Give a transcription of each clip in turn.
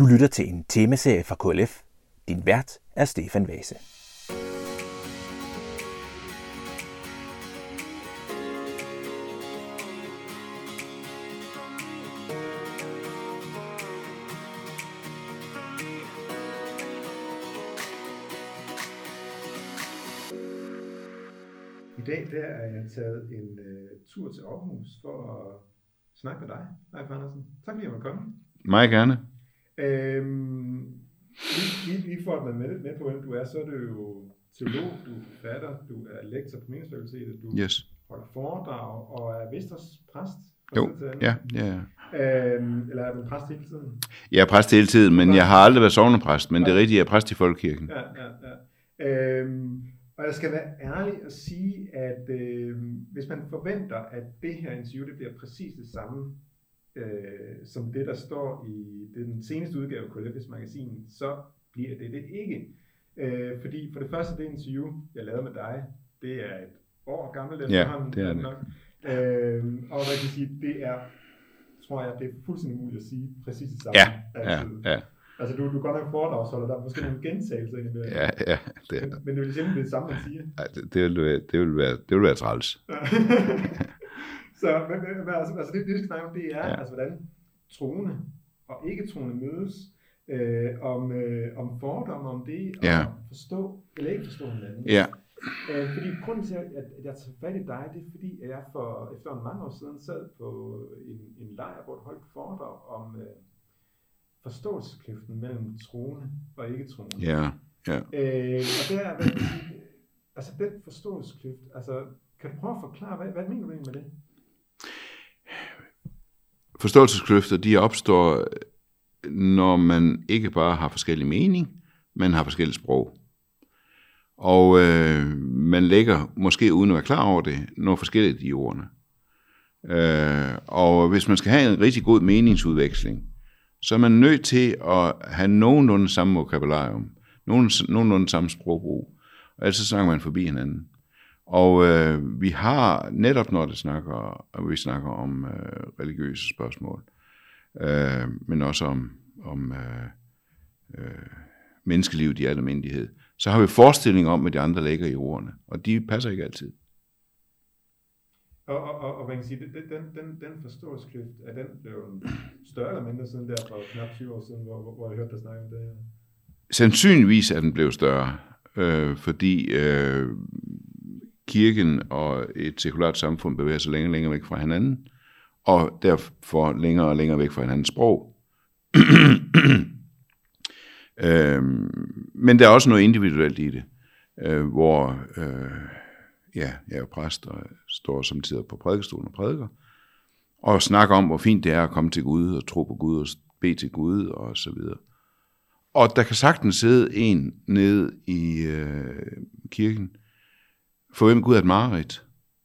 Du lytter til en temaserie fra KLF. Din vært er Stefan Vase. I dag der er jeg taget en tur til Aarhus for at snakke med dig, Leif Andersen. Tak fordi jeg måtte komme. Meget gerne. Lige for at man med på, hvem du er, så er du jo teolog, du er forfatter, du er lektor på Menighedsfakultetet, du holder foredrag og er vist også præst. Jo, ja. Eller er du præst hele tiden? Jeg er præst hele tiden, men jeg har aldrig været sognepræst, men det er rigtigt, jeg er præst i Folkekirken. Ja. Og jeg skal være ærlig og sige, at hvis man forventer, at det her interview det bliver præcis det samme, som det, der står i den seneste udgave af KLF's magasin, så bliver det ikke. Fordi for det første, det interview, jeg lavede med dig, det er et år gammelt. Ja, det er det. Nok. Og hvad kan jeg sige, det er, tror jeg, det er fuldstændig muligt at sige præcis det samme. Ja. Altså, du er godt nok foredragsholder, der er måske nogle gentagelser ind i det. Ja, det er der. Men det vil simpelthen det samme, man siger. Ja, det vil være træls. Så altså det, vi skal snakke om, det er, altså, hvordan troende og ikke-troende mødes, om fordomme om det, og forstå eller ikke forstå hinanden. Ja. Fordi grunden til, at jeg tager fat i dig, det er fordi, at jeg for efter mange år siden sad på en lejr, hvor du holdt foredrag om forståelseskløften mellem troende og ikke-troende. Ja. Og der, altså den forståelseskløft, altså kan du prøve at forklare, hvad mener du egentlig med det? Forståelseskløfter, de opstår, når man ikke bare har forskellige mening, men har forskellige sprog. Og man lægger, måske uden at være klar over det, noget forskelligt i ordene. Og hvis man skal have en rigtig god meningsudveksling, så er man nødt til at have nogenlunde samme vokabularium, nogenlunde samme sprogbrug, og ellers så snakker man forbi hinanden. Og vi har netop, når vi snakker om religiøse spørgsmål, men også om menneskelivet i al almindelighed, så har vi forestilling om, hvad de andre lægger i ordene, og de passer ikke altid. Og hvad kan sige, den forståelseskløft, er den blevet større eller mindre siden der for knap 20 år siden, hvor jeg hørte dig snakke om det her? Sandsynligvis er den blevet større, fordi kirken og et sekulært samfund bevæger sig længere og længere væk fra hinanden, og derfor længere og længere væk fra hinandens sprog. Men der er også noget individuelt i det, hvor jeg er jo præst og står samtidig på prædikestolen og prædiker, og snakker om, hvor fint det er at komme til Gud og tro på Gud og bede til Gud og så videre. Og der kan sagtens sidde en nede i kirken, for hvem Gud er et mareridt.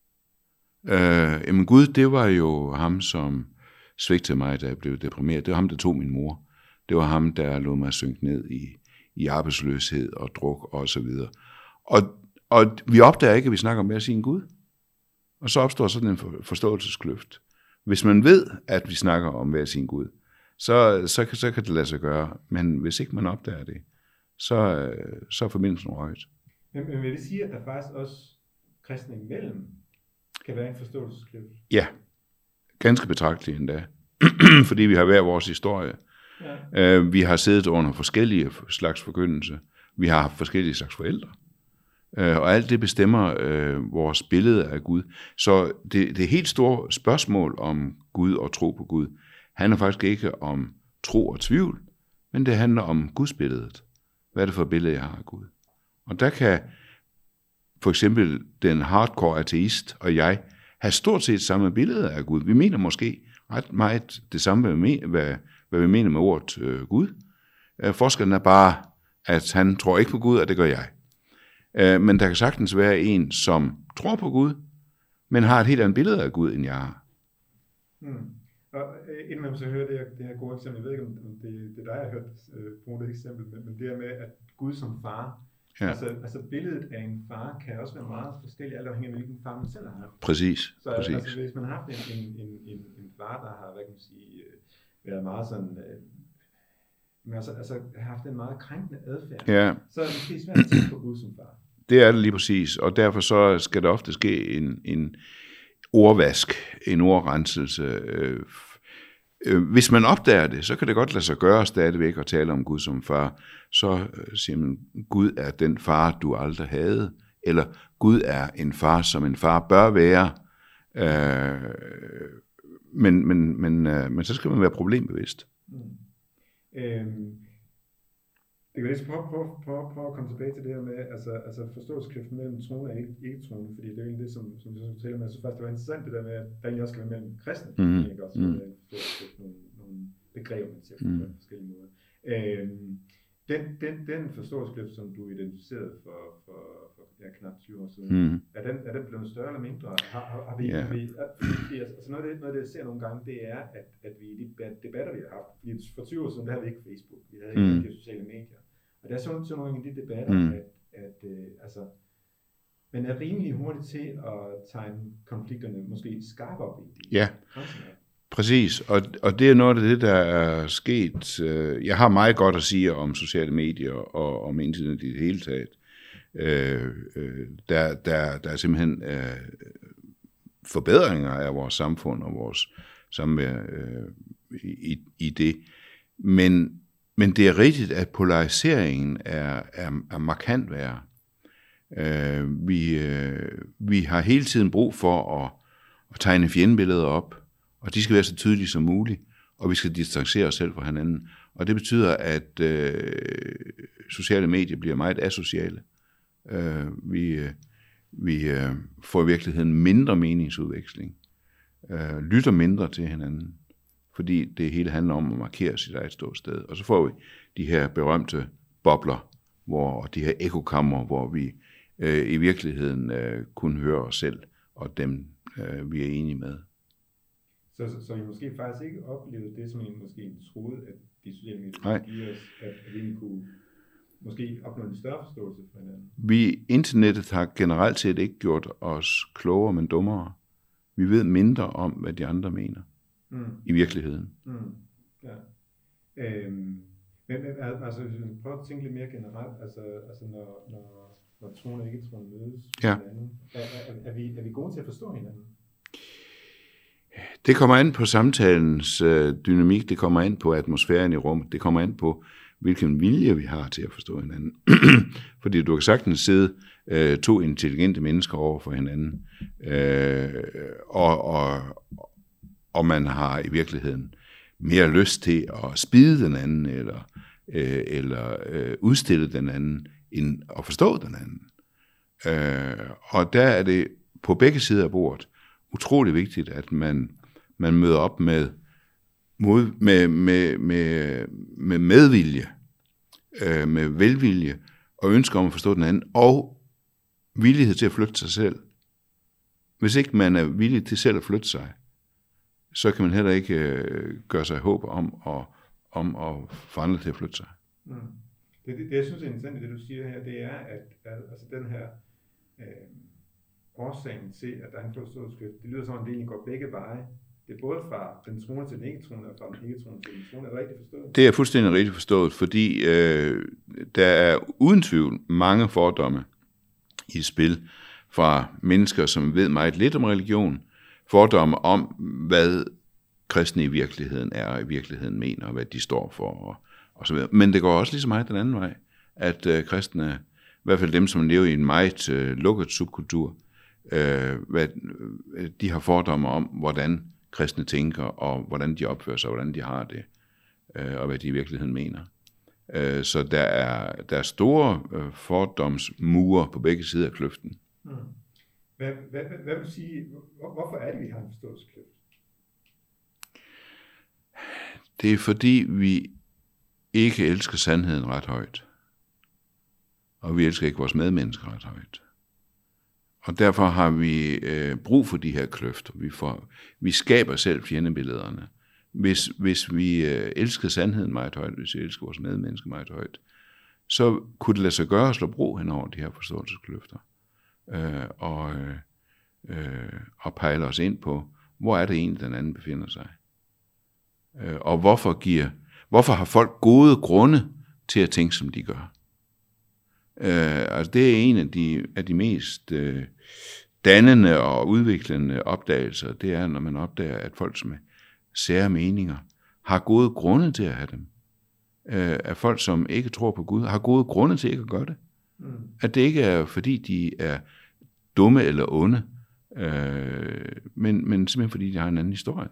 Jamen Gud, det var jo ham, som svigtede mig, da jeg blev deprimeret. Det var ham, der tog min mor. Det var ham, der lod mig synke ned i arbejdsløshed og druk og så videre. Og vi opdager ikke, at vi snakker om hver sin Gud. Og så opstår sådan en forståelseskløft. Hvis man ved, at vi snakker om hver sin Gud, så kan det lade sig gøre. Men hvis ikke man opdager det, så er forbindelsen røget. Men vil det sige, at der faktisk også kristne imellem kan være en forståelseskløft? Ja, ganske betragteligt endda. Fordi vi har hver vores historie. Ja. Vi har siddet under forskellige slags forkyndelse. Vi har haft forskellige slags forældre. Og alt det bestemmer vores billede af Gud. Så det helt store spørgsmål om Gud og tro på Gud handler faktisk ikke om tro og tvivl, men det handler om gudsbilledet. Hvad er det for et billede, jeg har af Gud? Og der kan for eksempel den hardcore ateist og jeg have stort set samme billede af Gud. Vi mener måske ret meget det samme, hvad vi mener med ordet Gud. Forskellen er bare, at han tror ikke på Gud, og det gør jeg. Men der kan sagtens være en, som tror på Gud, men har et helt andet billede af Gud, end jeg har. Og inden man så hører det her gode eksempel, jeg ved ikke, om det er dig, jeg har hørt bruge det eksempel, men det er med, at Gud som far, altså billedet af en far kan også være meget forskelligt, alt afhængig af hvilken far man selv har haft. Præcis. Så altså, hvis man har haft en far, der har, hvad kan man sige, været meget sådan men altså har haft en meget krænkende adfærd, Ja. så er det måske svært at tænke på Gud som far. Det er det lige præcis, og derfor så skal der ofte ske en ordvask, en ordrenselse. Hvis man opdager det, så kan det godt lade sig gøre stadigvæk at tale om Gud som far. Så siger man, Gud er den far, du aldrig havde, eller Gud er en far, som en far bør være. Men så skal man være problembevidst. Det kan lige prøve at komme tilbage til det her med altså forståelseskløften mellem troende og ikke-troende, fordi det er jo det, som vi så taler med. Jeg synes faktisk, det var interessant det der med, at der egentlig også skal være mellem kristne, ikke også nogle begreber, man siger på forskellige måder. Den forståelseskløft, som du identificerede for knap 20 år siden, er den blevet større eller mindre? Har vi altså noget af det, jeg ser nogle gange, det er, at vi i de debatter, vi har haft, fordi for 20 år siden, der havde vi ikke Facebook, vi havde ikke de sociale medier. Og der er sådan nogle gange i de debatter, at man er rimelig hurtigt til at tegne konflikterne måske skarpere op i de grænser. Præcis, og det er noget af det, der er sket. Jeg har meget godt at sige om sociale medier og om internet i det hele taget. Der er simpelthen forbedringer af vores samfund og vores samvær i det. Men det er rigtigt, at polariseringen er markant værre. Vi har hele tiden brug for at tegne fjendebilleder op, og de skal være så tydelige som muligt, og vi skal distancere os selv fra hinanden. Og det betyder, at sociale medier bliver meget asociale. Vi får i virkeligheden mindre meningsudveksling, lytter mindre til hinanden, fordi det hele handler om at markere sit eget ståsted. Og så får vi de her berømte bobler, og de her ekokammer, hvor vi i virkeligheden kun hører os selv og dem, vi er enige med. Så I måske faktisk ikke oplevede det, som I måske troede, at de sociale medier giver os, at vi kunne måske opnå en større forståelse for hinanden? Internettet har generelt set ikke gjort os klogere, men dummere. Vi ved mindre om, hvad de andre mener i virkeligheden. Men altså, hvis vi prøver at tænke lidt mere generelt, altså når troende og ikke-troende mødes med hinanden, er vi gode til at forstå hinanden? Det kommer an på samtalens dynamik, det kommer an på atmosfæren i rummet, det kommer an på, hvilken vilje vi har til at forstå hinanden. Fordi du kan sagtens sidde to intelligente mennesker over for hinanden, og man har i virkeligheden mere lyst til at spide den anden, eller udstille den anden, end at forstå den anden. Og der er det på begge sider af bordet utrolig vigtigt, at man møder op med medvilje, med velvilje, og ønsker om at forstå den anden, og villighed til at flytte sig selv. Hvis ikke man er villig til selv at flytte sig, så kan man heller ikke gøre sig håb om at få andre til at flytte sig. Det jeg synes er interessant i det, du siger her, det er, at altså den her årsagen til, at der er en forståelseskløft, det lyder som, at det egentlig går begge veje. Det er både fra den troende til den ikke-troende, og fra den ikke-troende til den troende. Er det rigtigt forstået? Det er fuldstændig rigtigt forstået, fordi der er uden tvivl mange fordomme i spil fra mennesker, som ved meget lidt om religion, fordomme om, hvad kristne i virkeligheden er, og i virkeligheden mener, og hvad de står for, og så videre. Men det går også lige så meget den anden vej, at kristne, i hvert fald dem, som lever i en meget lukket subkultur, de har fordomme om, hvordan kristne tænker, og hvordan de opfører sig, og hvordan de har det, og hvad de i virkeligheden mener. Så der er store fordomsmure på begge sider af kløften. Hvad vil du sige, hvorfor er det, vi har en forståelseskløft? Det er fordi, vi ikke elsker sandheden ret højt. Og vi elsker ikke vores medmennesker ret højt. Og derfor har vi brug for de her kløfter. Vi skaber selv fjendebillederne. Hvis vi elsker sandheden meget højt, hvis vi elsker vores medmennesker meget højt, så kunne det lade sig gøre at slå bro hen over de her forståelseskløfter. Og pejle os ind på, hvor er det egentlig, den anden befinder sig. Og Hvorfor har folk gode grunde til at tænke, som de gør? Altså det er en af de mest dannende og udviklende opdagelser, det er, når man opdager, at folk med sære meninger har gode grunde til at have dem. At folk, som ikke tror på Gud, har gode grunde til ikke at gøre det. At det ikke er, fordi de er dumme eller onde, men simpelthen fordi de har en anden historie.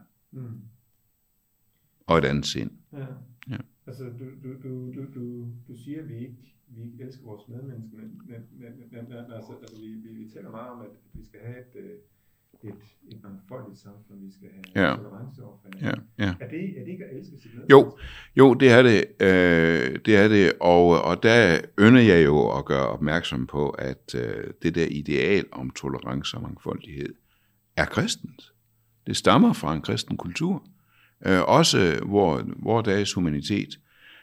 Og et andet sind. Ja. Altså, du siger, at vi ikke elsker vores medmennesker, men altså, vi taler meget om, at vi skal have et mangfoldigt samfund, vi skal have tolerance over for hinanden. Er det ikke at elske sit medmenneske? Jo, det er det. Det er det, og der ynder jeg jo at gøre opmærksom på, at det der ideal om tolerance og mangfoldighed er kristent. Det stammer fra en kristen kultur. Også hvor dagens humanitet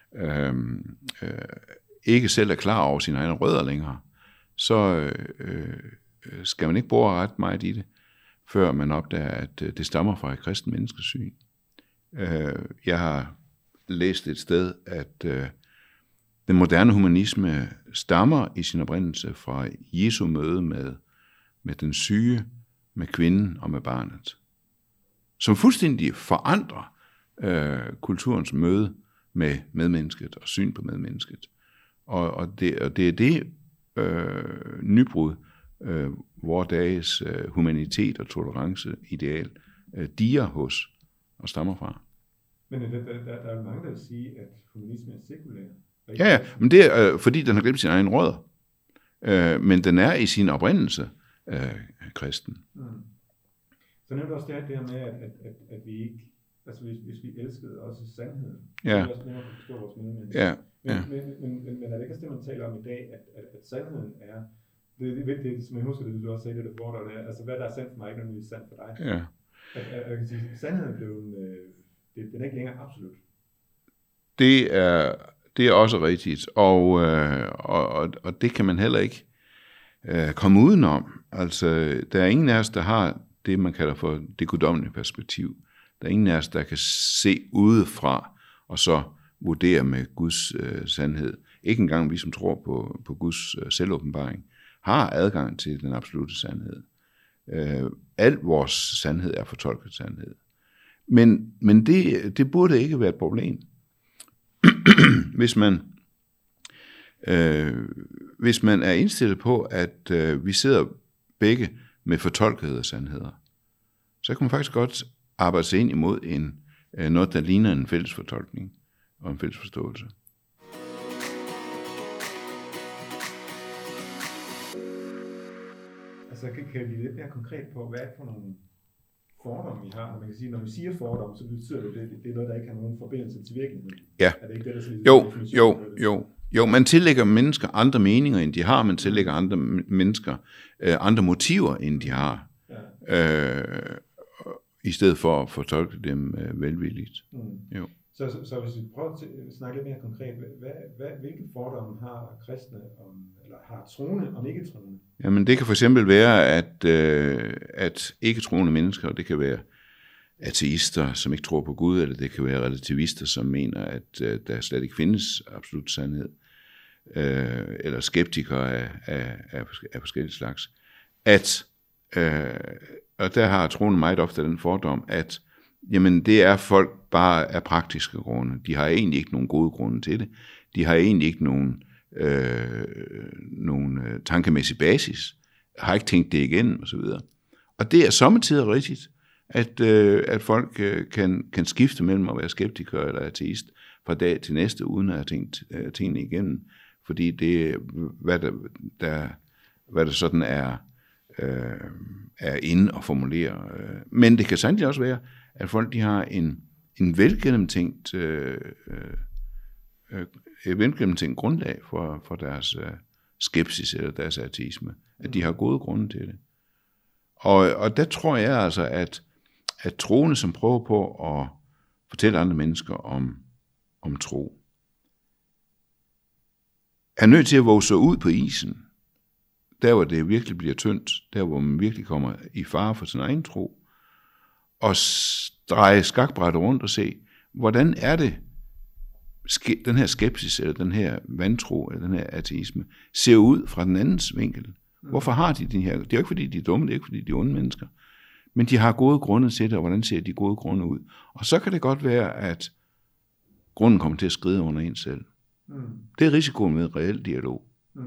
ikke selv er klar over sine egne rødder længere, så skal man ikke bore ret meget i det, før man opdager, at det stammer fra et kristen menneskesyn. Jeg har læst et sted, at den moderne humanisme stammer i sin oprindelse fra Jesu møde med den syge, med kvinden og med barnet, som fuldstændig forandrer kulturens møde med medmennesket og syn på medmennesket. Og det er det nybrud, hvor dages humanitet og tolerance ideal diger hos og stammer fra. Men der er mange, der vil sige, at humanisme er sekulær. Ja, men det er fordi den har glemt sine egne rødder. Men den er i sin oprindelse kristen. Så nævnte også det her med, at vi ikke, altså hvis vi elskede også sandheden, så ja. er det også nemmere at forstå vores medmennesker. Ja. Men er det ikke også det, man taler om i dag, at sandheden er, det som jeg husker det, du også sagde det der foredrag, det er, altså hvad der er sandt for mig, ikke nødvendigvis sandt for dig. Ja. Jeg kan sige, sandheden blev den er ikke længere absolut. Det er også rigtigt, og det kan man heller ikke komme udenom. Altså, der er ingen af os, der har det, man kalder for det guddommelige perspektiv. Der er ingen af os, der kan se udefra og så vurdere med Guds sandhed. Ikke engang vi, som tror på Guds selvåbenbaring, har adgang til den absolute sandhed. Al vores sandhed er fortolket sandhed. Men det burde ikke være et problem. Hvis man er indstillet på, at vi sidder begge med fortolkede sandheder, så kan man faktisk godt arbejde sig ind imod noget, der ligner en fælles fortolkning og en fælles forståelse. Altså kan vi lidt mere konkret på, hvad er det for nogle fordomme, vi har? Man kan sige, når vi siger fordomme, så betyder det er noget, der ikke har nogen forbindelse til virkeligheden. Ja. Er det ikke det, der Jo, man tillægger mennesker andre meninger, end de har. Man tillægger andre mennesker andre motiver, end de har. Ja. I stedet for at fortolke dem velvilligt. Jo. Så hvis vi prøver at snakke lidt mere konkret, hvilke fordomme har kristne eller har troende om ikke-troende? Jamen det kan for eksempel være, at ikke-troende mennesker, det kan være ateister, som ikke tror på Gud, eller det kan være relativister, som mener, at der slet ikke findes absolut sandhed, eller skeptikere af forskellige slags. Og der har troende meget ofte den fordom, at jamen, det er folk bare af praktiske grunde. De har egentlig ikke nogen gode grunde til det. De har egentlig ikke nogen tankemæssig basis. Har ikke tænkt det igennem, osv. Og det er sommetider rigtigt, at folk kan skifte mellem at være skeptiker eller ateist fra dag til næste, uden at have tænkt tingene igennem. Fordi det, hvad der sådan er inde at formulere. Men det kan sandelig også være, at folk de har en velgennemtænkt grundlag for deres skepsis eller deres ateisme. At de har gode grunde til det. Og der tror jeg altså, at troende, som prøver på at fortælle andre mennesker om tro, er nødt til at våge sig ud på isen. Der hvor det virkelig bliver tyndt, der hvor man virkelig kommer i fare for sin egen tro, og dreje skakbrættet rundt og se, hvordan er det, den her skepsis, eller den her vantro, eller den her ateisme, ser ud fra den andens vinkel. Hvorfor har de her? Det er jo ikke, fordi de er dumme, det er ikke, fordi de er onde mennesker. Men de har gode grunde til det, og hvordan ser de gode grunde ud? Og så kan det godt være, at grunden kommer til at skride under en selv. Det er risikoen med reel dialog.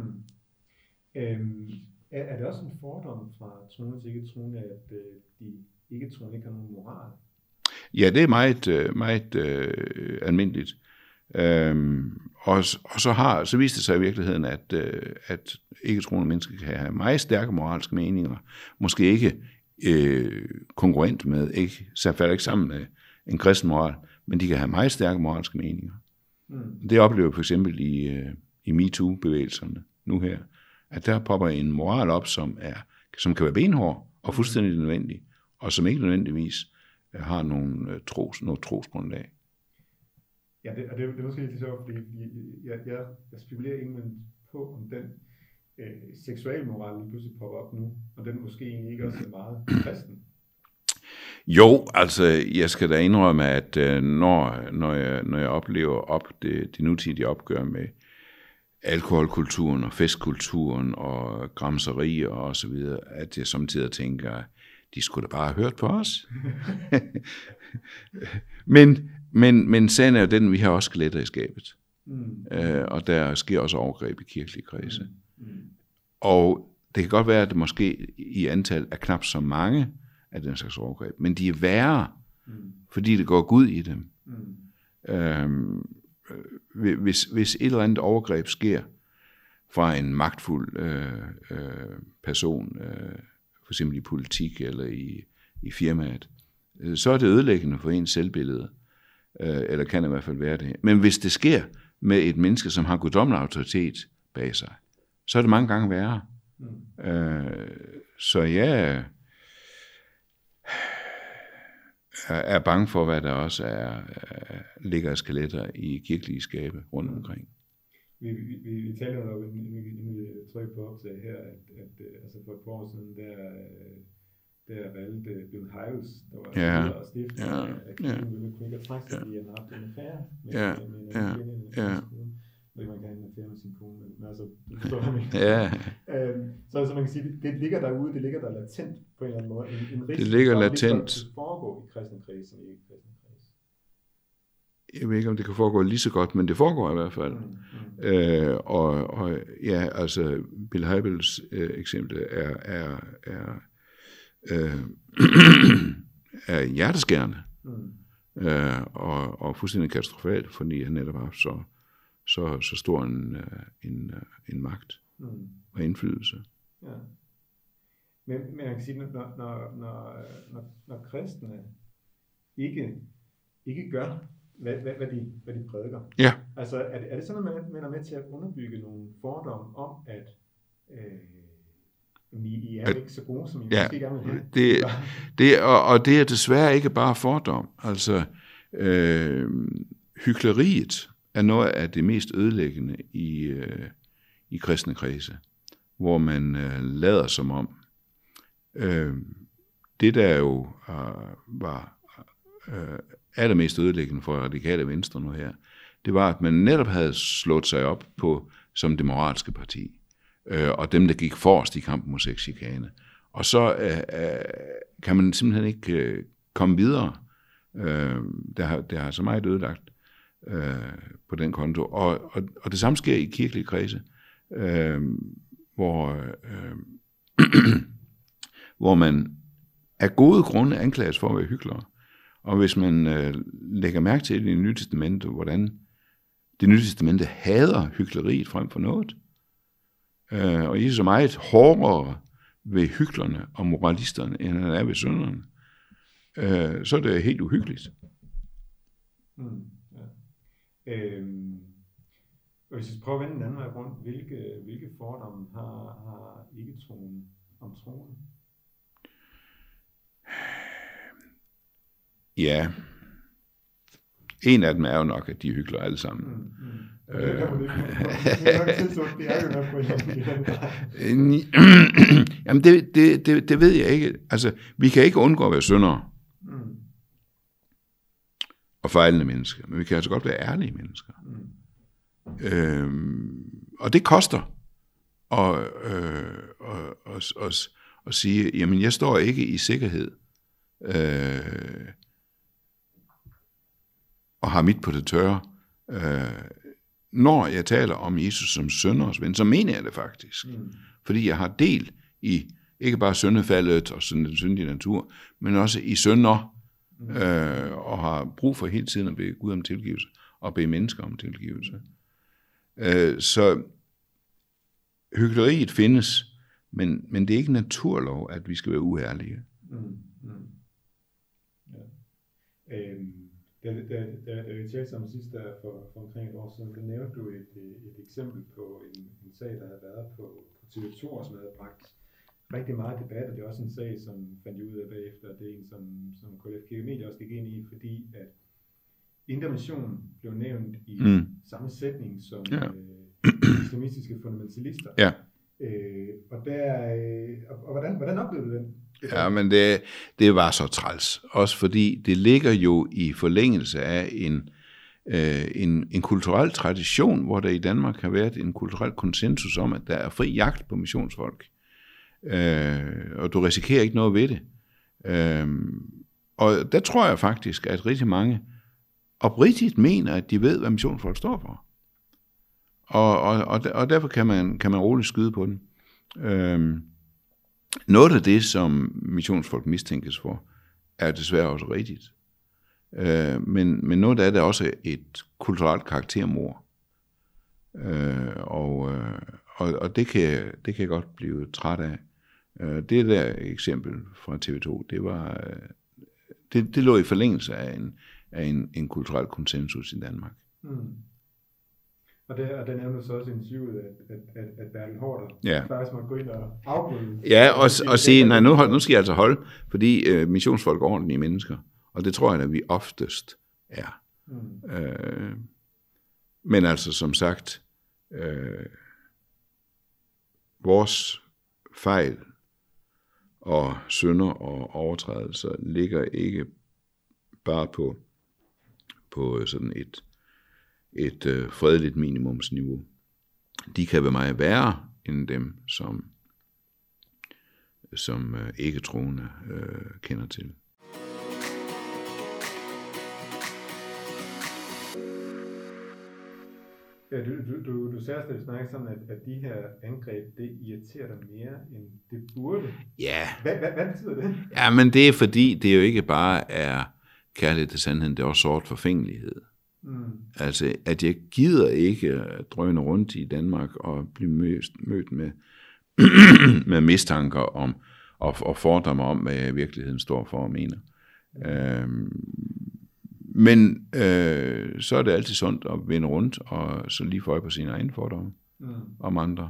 Er det også en fordom fra troende til ikke-troende, at de ikke-troende ikke har nogen moral? Ja, det er meget almindeligt. Og så viste det sig i virkeligheden, at ikke-troende mennesker kan have meget stærke moralske meninger. Måske ikke konkurrent med, så falder ikke sammen med en kristen moral, men de kan have meget stærke moralske meninger. Det oplever vi for eksempel i MeToo-bevægelserne nu her, at der popper en moral op, som kan være benhård og fuldstændig nødvendig, og som ikke nødvendigvis har noget trosgrundlag. Ja, det er måske lidt sjovt, fordi jeg spekulerer egentlig på, om den seksualmoral lige pludselig popper op nu, og den måske egentlig ikke også er meget kristen. Jo, altså jeg skal da indrømme, at når jeg oplever det nutidige opgør med alkoholkulturen og festkulturen og gramserier og så videre, at jeg samtidig tænker, de skulle da bare have hørt på os. Men sagen er jo den, vi har også skeletter i skabet. Og der sker også overgreb i kirkelige kredse. Og det kan godt være, at det måske i antal er knap så mange af den slags overgreb, men de er værre, fordi det går Gud i dem. Hvis et eller andet overgreb sker fra en magtfuld person, for eksempel i politik eller i firmaet, så er det ødelæggende for ens selvbillede, eller kan det i hvert fald være det. Men hvis det sker med et menneske, som har guddommelig autoritet bag sig, så er det mange gange værre. Så jeg er bange for, hvad der også ligger af skeletter i kirkelige skabe rundt omkring. Vi taler jo inden vi trykker på opslag her, at altså for et par år siden, der valgte Bill Hybels, der var leder og stifter af kirken, ville kunne ikke trække sig, fordi han har haft en affære med en kvinde. Fordi man kan have en affære med sin kone, men altså, du forstår, hvad jeg mener. Så man kan sige, det ligger derude, det ligger der latent på en eller anden måde. En risiko, det ligger latent. Det foregår i kristen kreds, som ikke kristen kreds. Jeg ved ikke, om det kan foregå lige så godt, men det foregår i hvert fald. Og ja, altså, Bill Hybels eksempel er hjerteskærende og fuldstændig katastrofalt, fordi han netop har haft så stor en magt og indflydelse. Ja. Men jeg kan sige, når kristne ikke gør, hvad de prædiker, altså er det sådan, at man er med til at underbygge nogle fordomme om, at I er ikke så gode, som I måske gerne vil have? Og det er desværre ikke bare fordom. Altså, hykleriet er noget af det mest ødelæggende i kristne kredse, hvor man lader som om. Det der jo var allermest ødelæggende for radikale venstre nu her, det var, at man netop havde slået sig op på som det moralske parti, og dem, der gik forrest i kampen mod sexchikane. Og så kan man simpelthen ikke komme videre. Der har så meget ødelagt på den konto. Og det samme sker i kirkelige kredse, hvor man af gode grunde anklages for at være hyklere. Og hvis man lægger mærke til i Det Nye Testamente, hvordan Det Nye Testamente hader hykleriet frem for noget, og Jesus er meget hårdere ved hyklerne og moralisterne, end han er ved synderne, så er det helt uhyggeligt. Og hvis vi prøver at vende den anden vej rundt, hvilke fordomme har ikke-troende om troen? Ja, en af dem er jo nok, at de hykler alle sammen. Jamen det ved jeg ikke. Altså, vi kan ikke undgå at være syndere. og fejlende mennesker, men vi kan altså godt være ærlige mennesker. Og det koster at sige, jamen jeg står ikke i sikkerhed, og har mit på det tørre. Når jeg taler om Jesus som synderes ven, så mener jeg det faktisk. Fordi jeg har del i ikke bare syndefaldet og den syndige natur, men også i synder, og har brug for hele tiden at bede Gud om tilgivelse, og bede mennesker om tilgivelse. Så hykleriet findes, men det er ikke naturlov, at vi skal være uærlige. Da vi talte sammen sidst for omkring et år siden, der nævnte du et eksempel på en sag, der havde været på TV2, og som havde bragt rigtig meget debat, og det er også en sag, som fandt ud af bagefter, det er en, som KLF Kirke Media også gik ind i, fordi at Indre Mission blev nævnt i samme sætning som islamistiske fundamentalister. Ja. Og hvordan oplevede du den? Ja, men det var så træls. Også fordi det ligger jo i forlængelse af en kulturel tradition, hvor der i Danmark har været en kulturel konsensus om, at der er fri jagt på missionsfolk. Og du risikerer ikke noget ved det. Og der tror jeg faktisk, at rigtig oprigtigt mener, at de ved, hvad missionsfolk står for. Og derfor kan man roligt skyde på den. Noget af det, som missionsfolk mistænkes for, er desværre også rigtigt. Men noget af det er også et kulturelt karaktermord. Og det kan jeg godt blive træt af. Det der eksempel fra TV2, det lå i forlængelse af en kulturel konsensus i Danmark. Og der nævner så også interviewet, at Bertel Haarder faktisk må gå ind og afbryde. Ja, og sige, nej, nu skal jeg altså holde, fordi missionsfolk er ordentlige mennesker. Og det tror jeg, at vi oftest er. Men altså, som sagt, vores fejl og synder og overtrædelser ligger ikke bare på sådan et fredeligt minimumsniveau. De kan være meget værre end dem, som ikke troende kender til. Ja, du sagde også, at du snakkede sådan, at de her angreb, det irriterer dig mere, end det burde. Ja. Hvad betyder det? Ja, men det er fordi, det jo ikke bare er kærlighed til sandheden, det er også sort forfængelighed. Altså, at jeg gider ikke drøne rundt i Danmark og blive mødt med mistanker om og fordomme om, hvad jeg i virkeligheden står for og mener. Men så er det altid sundt at vende rundt og så lige få øje på sine egne fordomme om andre.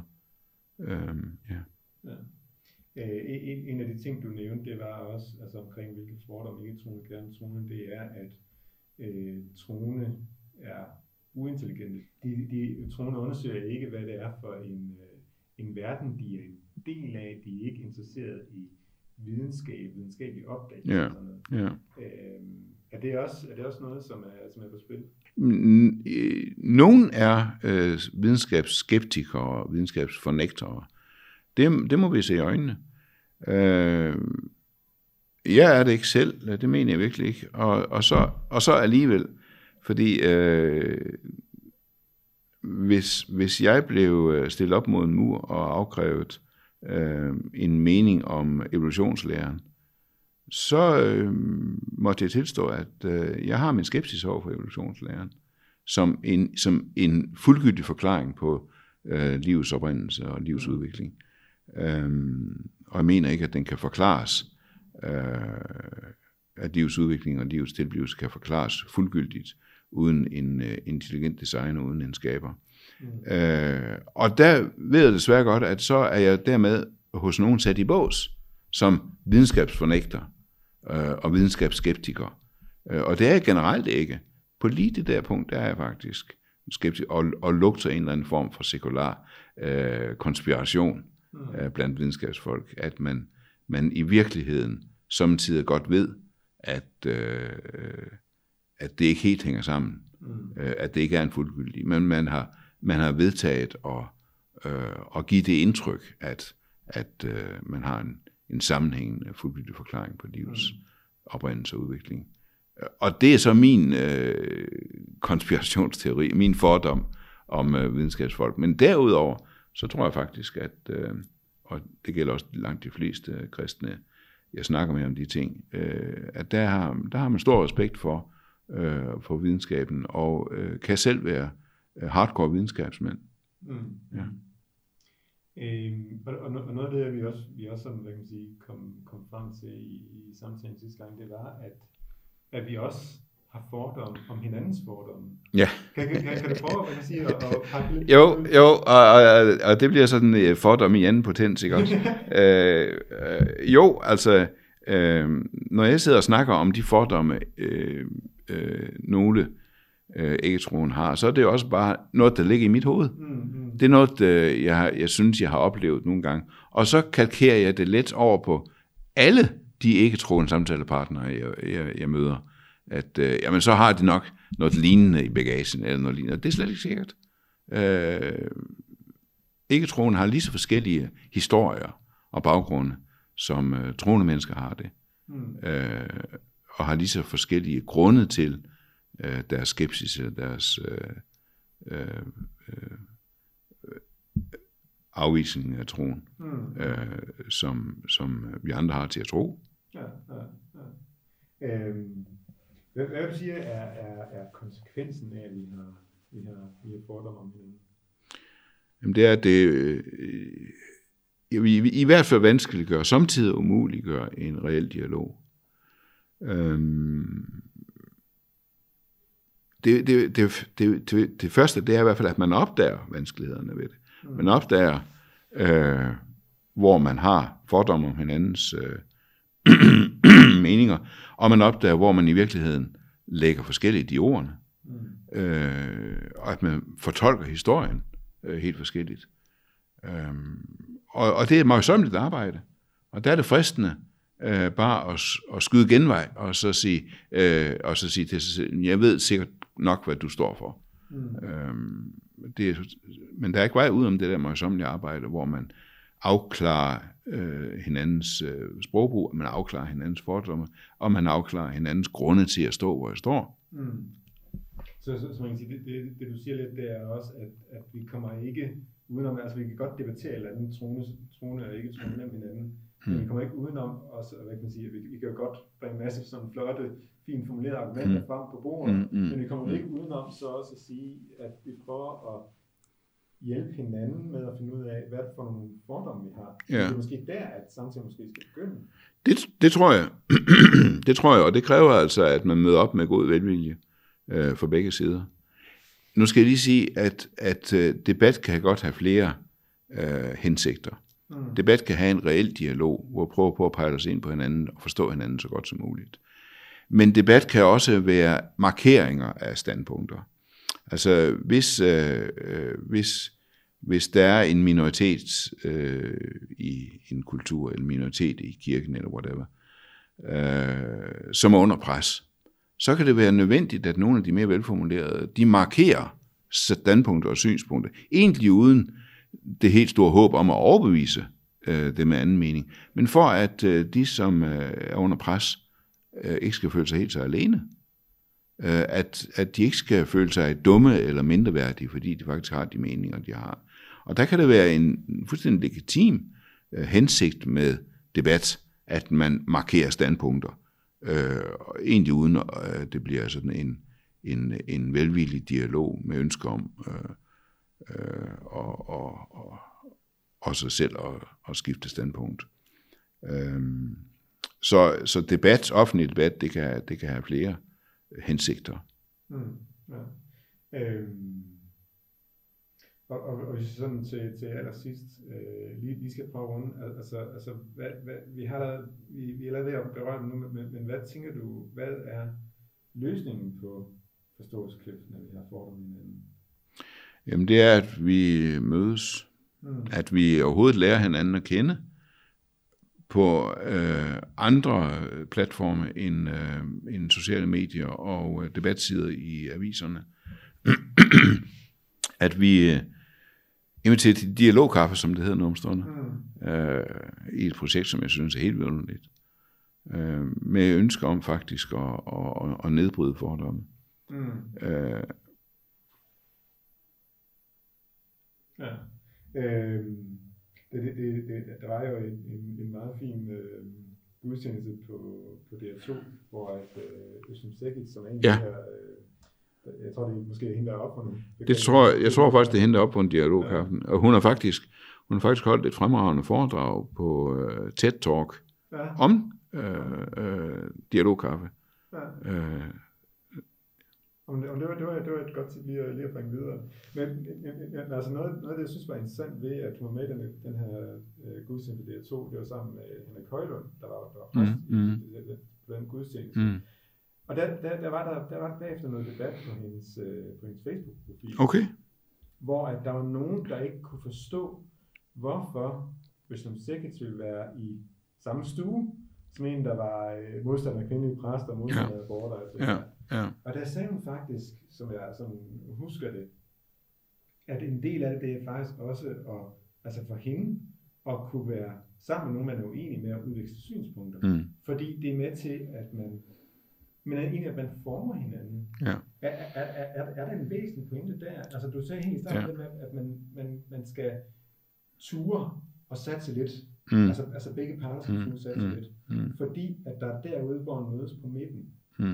En af de ting, du nævnte, det var også altså omkring, hvilke fordomme ikke troende gerne troende, det er, at troende er uintelligente. De troende undersøger ikke, hvad det er for en verden, de er en del af. De er ikke interesseret i videnskabelig opdagelse. Ja. Ja. Er det også noget, som er på spil? Nogen er videnskabsskeptikere og videnskabsfornægtere. Det må vi se i øjnene. Jeg er det ikke selv, det mener jeg virkelig ikke. Og så alligevel, fordi hvis jeg blev stillet op mod en mur og afkrævet en mening om evolutionslæren, så måtte jeg tilstå, at jeg har min skepsis over for evolutionslæren som en fuldgyldig forklaring på livets oprindelse og livets udvikling. Og jeg mener ikke, at den kan forklares, at livets udvikling og livets tilblivelse kan forklares fuldgyldigt uden en intelligent designer, uden en skaber. Og der ved jeg desværre godt, at så er jeg dermed hos nogen sat i bås som videnskabsfornægter og videnskabsskeptiker. Og det er jeg generelt ikke. På lige det der punkt, der er jeg faktisk skeptisk og lugter en eller anden form for sekular konspiration blandt videnskabsfolk, at man i virkeligheden samtidig godt ved, at det ikke helt hænger sammen, at det ikke er en fuldgyldig, men man har vedtaget at give det indtryk, at man har en sammenhængende fuldgyldig forklaring på livets oprindelse og udvikling. Og det er så min konspirationsteori, min fordom om videnskabsfolk. Men derudover, så tror jeg faktisk, at, og det gælder også langt de fleste kristne, jeg snakker med om de ting, at der har man stor respekt for videnskaben, og kan selv være hardcore videnskabsmænd. Ja. Og noget af det, vi også sådan, hvad kan man sige, kom frem til i samtalen sidste gang, det var, at vi også har fordomme om hinandens fordomme. Ja. Kan du prøve, hvad kan sige, at pakke lidt? Jo, og det bliver sådan en fordom i anden potens, ikke også? Jo, altså, når jeg sidder og snakker om de fordomme, nogle ikke-troen har, så er det jo også bare noget, der ligger i mit hoved. Det er noget, jeg synes, jeg har oplevet nogle gange. Og så kalkerer jeg det let over på alle de ikke-troende samtalepartnere, jeg møder. At jamen, så har de nok noget lignende i bagagen, eller noget lignende. Det er slet ikke sikkert. Ikke-troende har lige så forskellige historier og baggrunde, som troende mennesker har det. Og har lige så forskellige grunde til deres skepsis, eller deres afvisning af troen, som vi andre har til at tro. Hvad vil du sige er konsekvensen af, at vi har fordomme om hinanden? Jamen det er, at det i hvert fald vanskeliggør, samtidig umuliggør en reel dialog. Det første, det er i hvert fald, at man opdager vanskelighederne ved det. Man opdager, hvor man har fordomme om hinandens meninger, og man opdager, hvor man i virkeligheden lægger forskellige i ordene, og at man fortolker historien helt forskelligt. Og det er et møjsommeligt arbejde, og der er det fristende bare at skyde genvej, og så sige til sig selv, jeg ved sikkert nok, hvad du står for. Men der er ikke vej ud om det der møjsommelige arbejde, hvor man afklarer hinandens sprogbrug, man afklarer hinandens fordomme, og man afklarer hinandens grunde til at stå, hvor jeg står. Så man kan sige, det du siger lidt, det er også, at vi kommer ikke udenom, altså vi kan godt debattere et eller andet troende og ikke troende mellem hinanden, men vi kommer ikke udenom også, hvad kan man sige, vi kan jo godt bringe en masse sådan flotte, fint formulerede argumenter frem på bordet, men vi kommer ikke udenom så også at sige, at vi prøver at hjælpe hinanden med at finde ud af, hvad for nogle fordomme vi har. Ja. Det er måske der, at samtidig måske skal begynde. Det tror jeg. Det tror jeg, og det kræver altså, at man møder op med god velvilje for begge sider. Nu skal jeg lige sige, at debat kan godt have flere hensigter. Debat kan have en reel dialog, hvor vi prøver på at pejle os ind på hinanden og forstå hinanden så godt som muligt. Men debat kan også være markeringer af standpunkter. Altså hvis der er en minoritet i en kultur, eller en minoritet i kirken, eller whatever, som er under pres, så kan det være nødvendigt, at nogle af de mere velformulerede, de markerer standpunkter og synspunkter, egentlig uden det helt store håb om at overbevise det med anden mening, men for at de, som er under pres, ikke skal føle sig helt så alene. At de ikke skal føle sig dumme eller mindreværdige, fordi de faktisk har de meninger, de har. Og der kan det være en fuldstændig legitim hensigt med debat, at man markerer standpunkter, egentlig uden at det bliver sådan en velvillig dialog med ønsker om og sig selv at skifte standpunkt. Så debat, offentlig debat, det kan have flere hensigter. Og sådan til allersidst, lige skal prøve rundt, altså vi er lavet ved at berøre det nu, men hvad tænker du, hvad er løsningen på forståelseskløften, når vi har fordomme med hinanden? Jamen det er, at vi mødes, at vi overhovedet lærer hinanden at kende på andre platforme end sociale medier og debatsider i aviserne, at vi inviterer til dialogkaffe, som det hedder nu om stunder, i et projekt, som jeg synes er helt vidunderligt, med ønsker om faktisk at nedbryde fordomme. Der var jo en meget fin udsendelse på DR2, hvor at Özlem Cekic, som er en af jeg tror, det er måske hende, der er op på nu. Jeg tror faktisk, det er hende, der er op på en dialogkaffen. Og hun har faktisk holdt et fremragende foredrag på TED Talk om dialogkaffe. Det var et godt tip lige at bringe videre. Men altså noget af det, jeg synes var interessant ved, at hun var med i den her gudstjeneste DR2, det var sammen med Henrik Højlund, der var præst på den gudstjeneste. Og der var bagefter noget debat på hendes Facebook-profil. Okay. Hvor at der var nogen, der ikke kunne forstå, hvorfor Özlem Cekic ville være i samme stue, som en, der var modstander af kvindelige præster og modstander af aborter. Ja. Og der sagde hun faktisk, som jeg sådan husker det, at en del af det er faktisk også for hende at kunne være sammen med nogen, man er uenig med, at udveksle synspunkter. Fordi det er med til, at man former hinanden. Ja. Er der en væsentlig pointe der? Altså du sagde helt i starten, at man skal ture og satse lidt. Altså begge parter skal ture og satse lidt. Fordi at der derude, hvor man mødes på midten,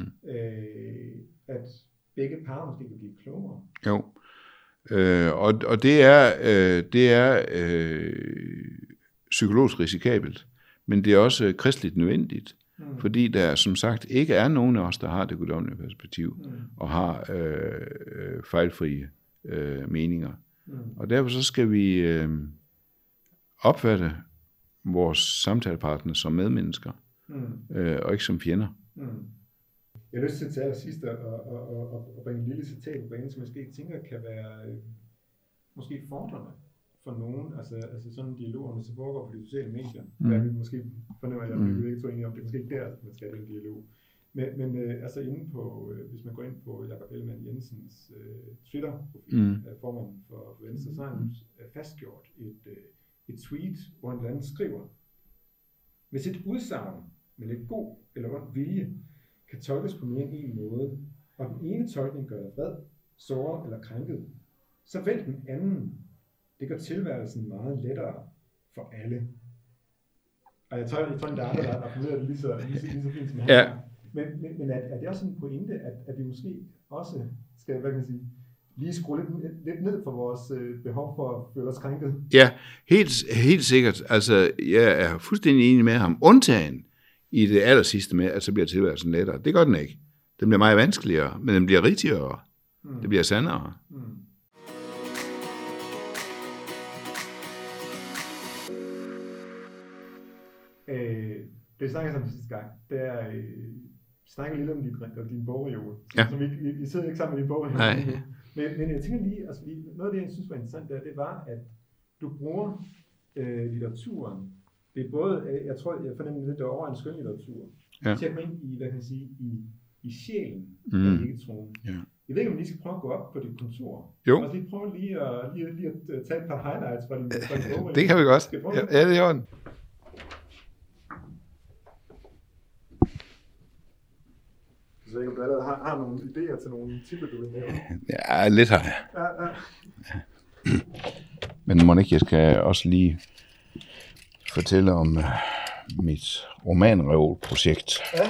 at begge parter måske kan blive klogere. Jo. Og det er psykologisk risikabelt, men det er også kristeligt nødvendigt. Fordi der som sagt ikke er nogen af os, der har det guddommelige perspektiv og har fejlfrie meninger. Og derfor så skal vi opfatte vores samtalepartner som medmennesker og ikke som fjender. Jeg har lyst til allersidst at bringe en lille citat på banen, som jeg tænker kan være måske fordrende for nogen, altså sådan en dialog, der så foregår på de sociale medier, der vi måske fornemmer, at vi ikke så enige om, det er måske ikke der, man skal have den dialog. Men altså inde på, hvis man går ind på Jakob Ellemann Jensens Twitter-profil, formanden for Venstre, så har han fastgjort et tweet, hvor han blandt andet skriver: hvis et udsagn med lidt god eller ond vilje kan tolkes på mere end en måde, og den ene tolkning gør dig vred, såret eller krænket, så vælg den anden. Det gør tilværelsen meget lettere for alle. Og jeg tror, der er andre, der har formuleret det lige så fint som han. Ja. Men er det også en pointe, at vi måske også skal, hvad kan man sige, lige skrue lidt ned for vores behov for at føle os krænket? Ja, helt sikkert. Altså, jeg er fuldstændig enig med ham. Undtagen i det allersidste med, at så bliver tilværelsen lettere. Det gør den ikke. Den bliver meget vanskeligere, men den bliver rigtigere. Det bliver sandere. Det snakker jeg om sidste gang. Det er, vi snakker lidt om din bogreol. Ja. Så vi sidder ikke sammen med din bogreol. Nej. Men jeg tænker lige, altså noget af det, jeg synes var interessant der, det var, at du bruger litteraturen. Det er både, jeg fornemmer lidt over en skønlitteratur, til at gå ind i, hvad kan jeg sige, i sjælen af ikke-troen. Ja. Jeg ved ikke, om vi lige skal prøve at gå op på dit kontor. Jo. Og lige prøve lige at tage et par highlights fra din bog. Det kan vi godt. Ja, det er jo. Så jeg ikke, om du allerede har nogle idéer til nogle titler, du vil nævne. Ja, lidt har jeg. Ja. Men må ikke, jeg skal også lige fortælle om mit romanreol-projekt. Ja.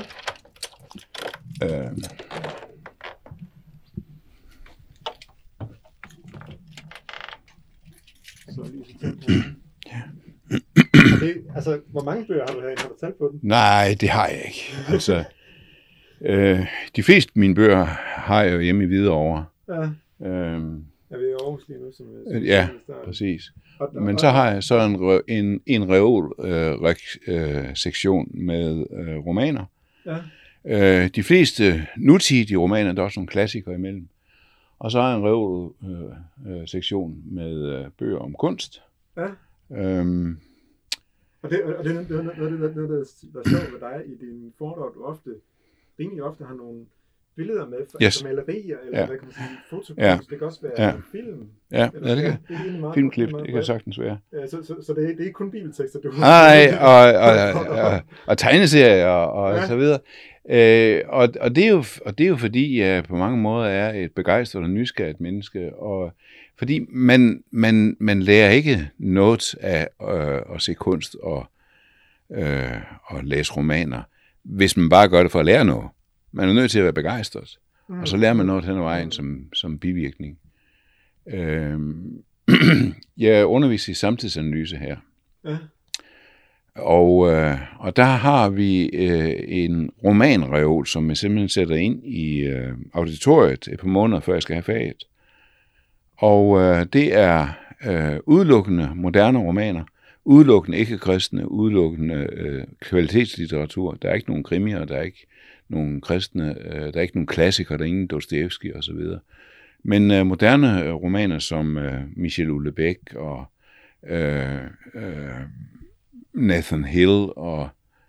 Altså, hvor mange bøger har du herinde? Har du talt på den? Nej, det har jeg ikke. Altså, de fleste af mine bøger har jeg jo hjemme i Hvidovre. Ja. Jeg ved i Aarhus lige nu, som jeg ja, præcis. Men så har jeg så en reol-sektion med romaner. Ja. De fleste nutidige romaner, der er også nogle klassikere imellem. Og så har jeg en reol-sektion med bøger om kunst. Ja. Og det er noget, der er sjovt med dig i dine foredrag, du rimelig ofte har nogle billeder med, altså malerier, eller hvad kan man sige, fotokunst, det kan også være film. Ja, eller, det kan filmklip, det kan sagtens være. Så det er ikke kun bibeltekster, du har. Nej, og tegneserier og så videre. Og det er jo fordi jeg på mange måder er et begejstret og nysgerrigt menneske, og fordi man lærer ikke noget af at se kunst og læse romaner, hvis man bare gør det for at lære noget. Man er nødt til at være begejstret, og så lærer man noget hen ad vejen som bivirkning. Jeg underviser i samtidsanalyse her. Ja. Og der har vi en romanreol, som jeg simpelthen sætter ind i auditoriet et par måneder, før jeg skal have faget. Og det er udelukkende moderne romaner, udelukkende ikke-kristne, udelukkende kvalitetslitteratur. Der er ikke nogen krimier, der er ikke nogen kristne, der er ikke nogen klassikere, der er ingen Dostojevskij og så videre. Men moderne romaner som Michel Houellebecq og Nathan Hill og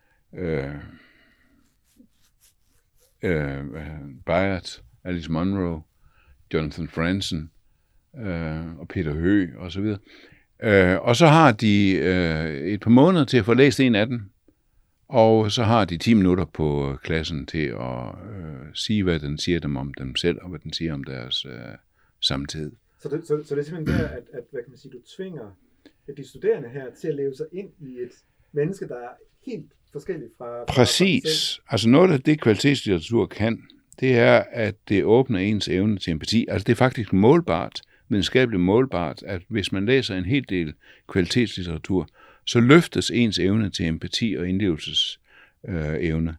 Bayard, Alice Munro, Jonathan Franzen og Peter Høeg og så videre. Og så har de et par måneder til at få læst en af dem, og så har de 10 minutter på klassen til at sige, hvad den siger dem om dem selv, og hvad den siger om deres samtid. Så det er simpelthen der, at hvad kan man sige, du tvinger de studerende her til at leve sig ind i et menneske, der er helt forskelligt fra præcis. Altså noget af det kvalitetslitteratur kan, det er, at det åbner ens evne til empati. Altså det er faktisk målbart, videnskabeligt målbart, at hvis man læser en hel del kvalitetslitteratur, så løftes ens evne til empati og indlevelsesevne.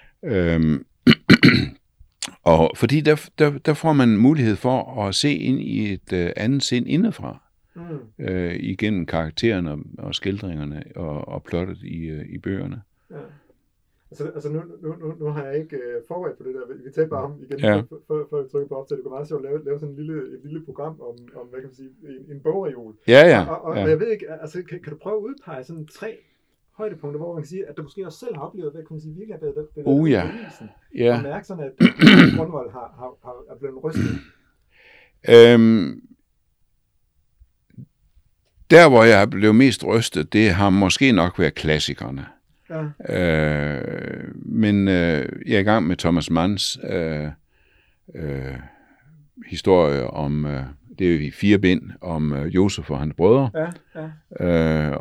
Og fordi der får man mulighed for at se ind i et andet sind indefra, igennem karaktererne og skildringerne og plottet i bøgerne. Ja. Altså nu har jeg ikke forberedt på det der. Vi taler bare om igen, før vi trykker på optag. Det kunne meget sjovt at lave sådan et lille program om hvad kan man sige, en bogreol. Ja. Og jeg ved ikke, altså kan du prøve at udpege sådan 3 højdepunkter, hvor man kan sige, at du måske også selv har oplevet, hvad kan man sige, virkelig er blevet bevisen. Ja. Og mærke sådan, at Grunwald er blevet rystet. Der, hvor jeg blev mest rystet, det har måske nok været klassikerne. Ja. Men jeg er i gang med Thomas Manns historie om, det er jo i 4 bind, om Josef og hans brødre. Ja.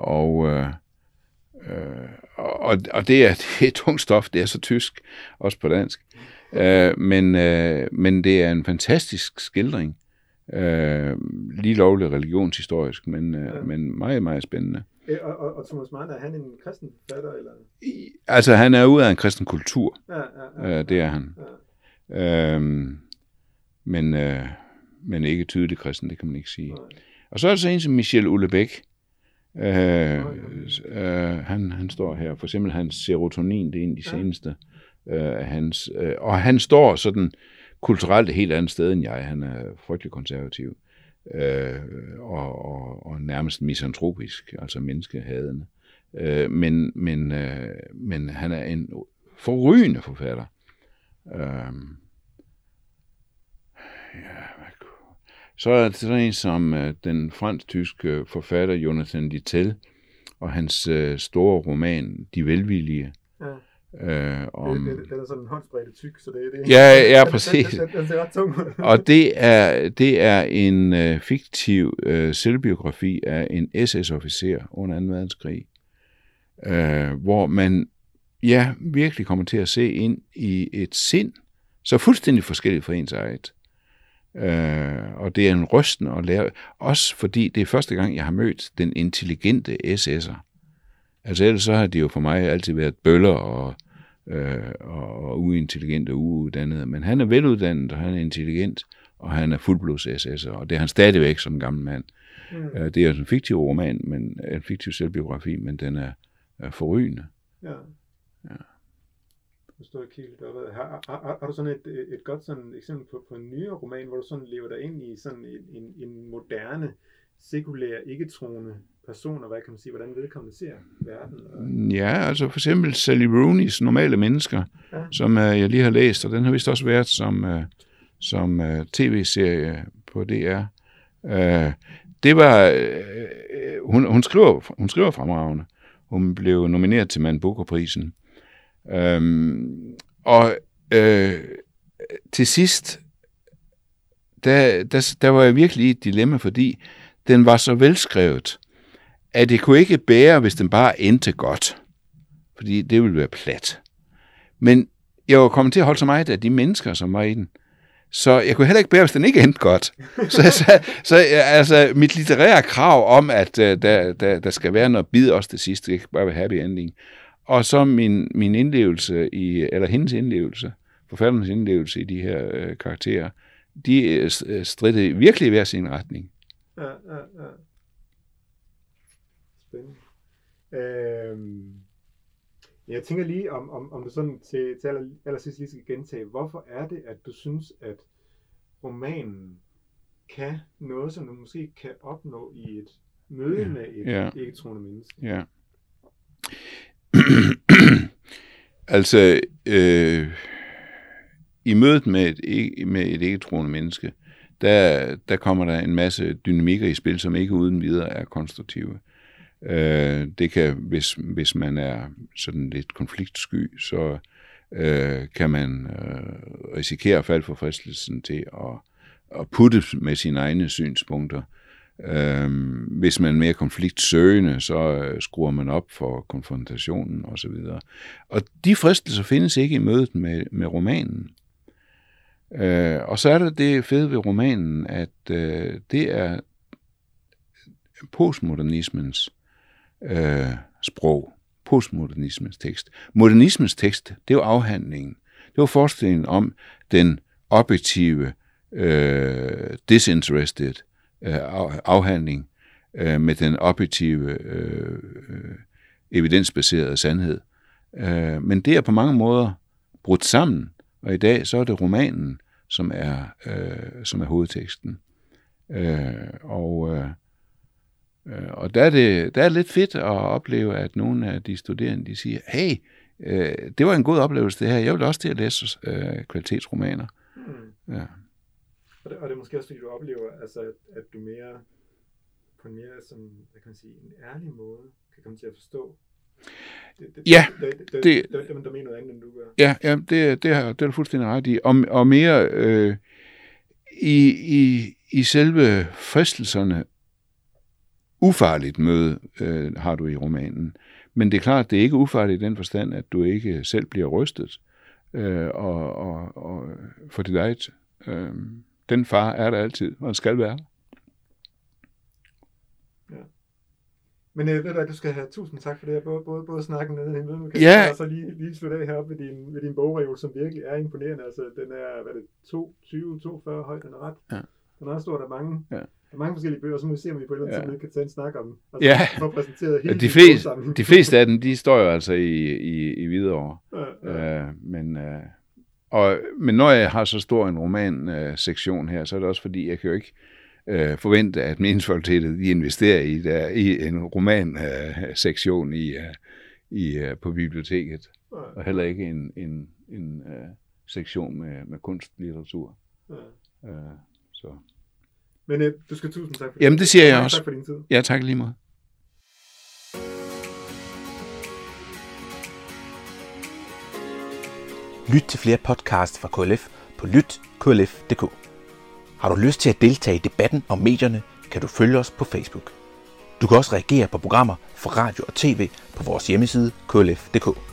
Og det er tungt stof, det er så tysk, også på dansk. Men det er en fantastisk skildring. Lige lovlig religionshistorisk, men meget, meget spændende. Og Thomas Mann, er han en kristen forfatter? Eller? Altså, han er ude af en kristen kultur. Ja. Det er han. Ja. Men ikke tydeligt kristen, det kan man ikke sige. Nej. Og så er der så en som Michel Houellebecq. Han står her. For eksempel hans serotonin, det er en af de seneste. Og han står sådan kulturelt et helt andet sted end jeg. Han er frygtelig konservativ. Og nærmest misantropisk, altså menneskehadende. Men han er en forrygende forfatter. Så er det sådan en som den fransk-tyske forfatter Jonathan Littell og hans store roman De Velvillige. Ja. Den er sådan håndspredte tyk, så det er... Ja, præcis. Den ser ret tung. Og det er en fiktiv selvbiografi af en SS-officer under 2. verdenskrig, hvor man virkelig kommer til at se ind i et sind, så fuldstændig forskelligt fra ens eget. Og det er en rystende at lære, også fordi det er første gang, jeg har mødt den intelligente SS'er. Altså ellers så har de jo for mig altid været bøller og uintelligente og uuddannede, men han er veluddannet, og han er intelligent, og han er fuldblods SS'er, og det er han stadigvæk som gammel mand. Det er en fiktiv roman, men en fiktiv selvbiografi, men den er forrygende. Ja. Har du sådan et godt sådan eksempel på en nyere roman, hvor du sådan lever dig ind i sådan en moderne, sekulær, ikke-troende personer, hvad kan man sige, hvordan vedkommende ser verden? Ja, altså for eksempel Sally Rooney's Normale Mennesker, som jeg lige har læst, og den har vist også været som tv-serie på DR. Det var, hun skriver fremragende. Hun blev nomineret til Man Booker-prisen. Til sidst, der var jeg virkelig i et dilemma, fordi den var så velskrevet, at det kunne ikke bære, hvis den bare endte godt. Fordi det ville være plat. Men jeg var kommet til at holde så meget af de mennesker, som var i den. Så jeg kunne heller ikke bære, hvis den ikke endte godt. Så altså, mit litterære krav om, at der skal være noget bid også det sidste, det ikke bare være happy ending. Og så min indlevelse eller hendes indlevelse, forfatterens indlevelse i de her karakterer, de stridte virkelig i hver sin retning. Ja. Spændende. Jeg tænker lige, om du sådan til allersidst lige skal gentage, hvorfor er det, at du synes, at romanen kan noget, som du måske kan opnå i et møde med et ikke-troende menneske? Ja. Altså, i mødet med et ikke-troende menneske, der kommer der en masse dynamikker i spil, som ikke uden videre er konstruktive. Det kan, hvis man er sådan lidt konfliktsky, så kan man risikere at falde for fristelsen til at putte med sine egne synspunkter. Hvis man er mere konfliktsøgende, så skruer man op for konfrontationen osv. Og de fristelser findes ikke i mødet med romanen. Og så er der det fede ved romanen, at det er postmodernismens sprog, postmodernismens tekst. Modernismens tekst, det er jo afhandlingen. Det var forestillingen om den objektive, disinterested afhandling med den objektive, evidensbaserede sandhed. Men det er på mange måder brudt sammen, og i dag så er det romanen, som er hovedteksten. Og der er lidt fedt at opleve, at nogle af de studerende, de siger, hey, det var en god oplevelse det her, jeg vil også til at læse kvalitetsromaner. Ja. Og det er måske også, fordi du oplever, altså, at du mere, på en mere, som, hvad kan man sige, en ærlig måde, kan komme til at forstå. Der mener noget andet, end du gør. Ja, det har du fuldstændig ret i. Og mere i selve fristelserne, ufarligt møde har du i romanen. Men det er klart, det er ikke ufarligt i den forstand, at du ikke selv bliver rystet. Og for dit eget, den far er der altid, og skal være. Ja. Men ved du, du skal have tusind tak for det her, både snakken nede i mødet, og så lige slutte af heroppe ved din bogreol, som virkelig er imponerende. Altså, den er, 42 høj, den er ret. Ja. Den er også stor, der er mange. Ja. Der er mange forskellige bøger, så må vi se, om vi på et eller andet tidspunkt kan tage en snak om. Altså, for at præsentere hele de fleste af dem, de står jo altså i Hvidovre. Men når jeg har så stor en roman-sektion her, så er det også fordi, jeg kan jo ikke forvente, at meningsfakultetet de investerer i en roman-sektion på biblioteket. Og heller ikke en sektion med kunstlitteratur. Så... Men du skal tusind tak for det. Jamen, det siger jeg også. Tak for din tid. Ja, tak lige måde. Lyt til flere podcasts fra KLF på lytklf.dk. Har du lyst til at deltage i debatten om medierne, kan du følge os på Facebook. Du kan også reagere på programmer fra radio og tv på vores hjemmeside klf.dk.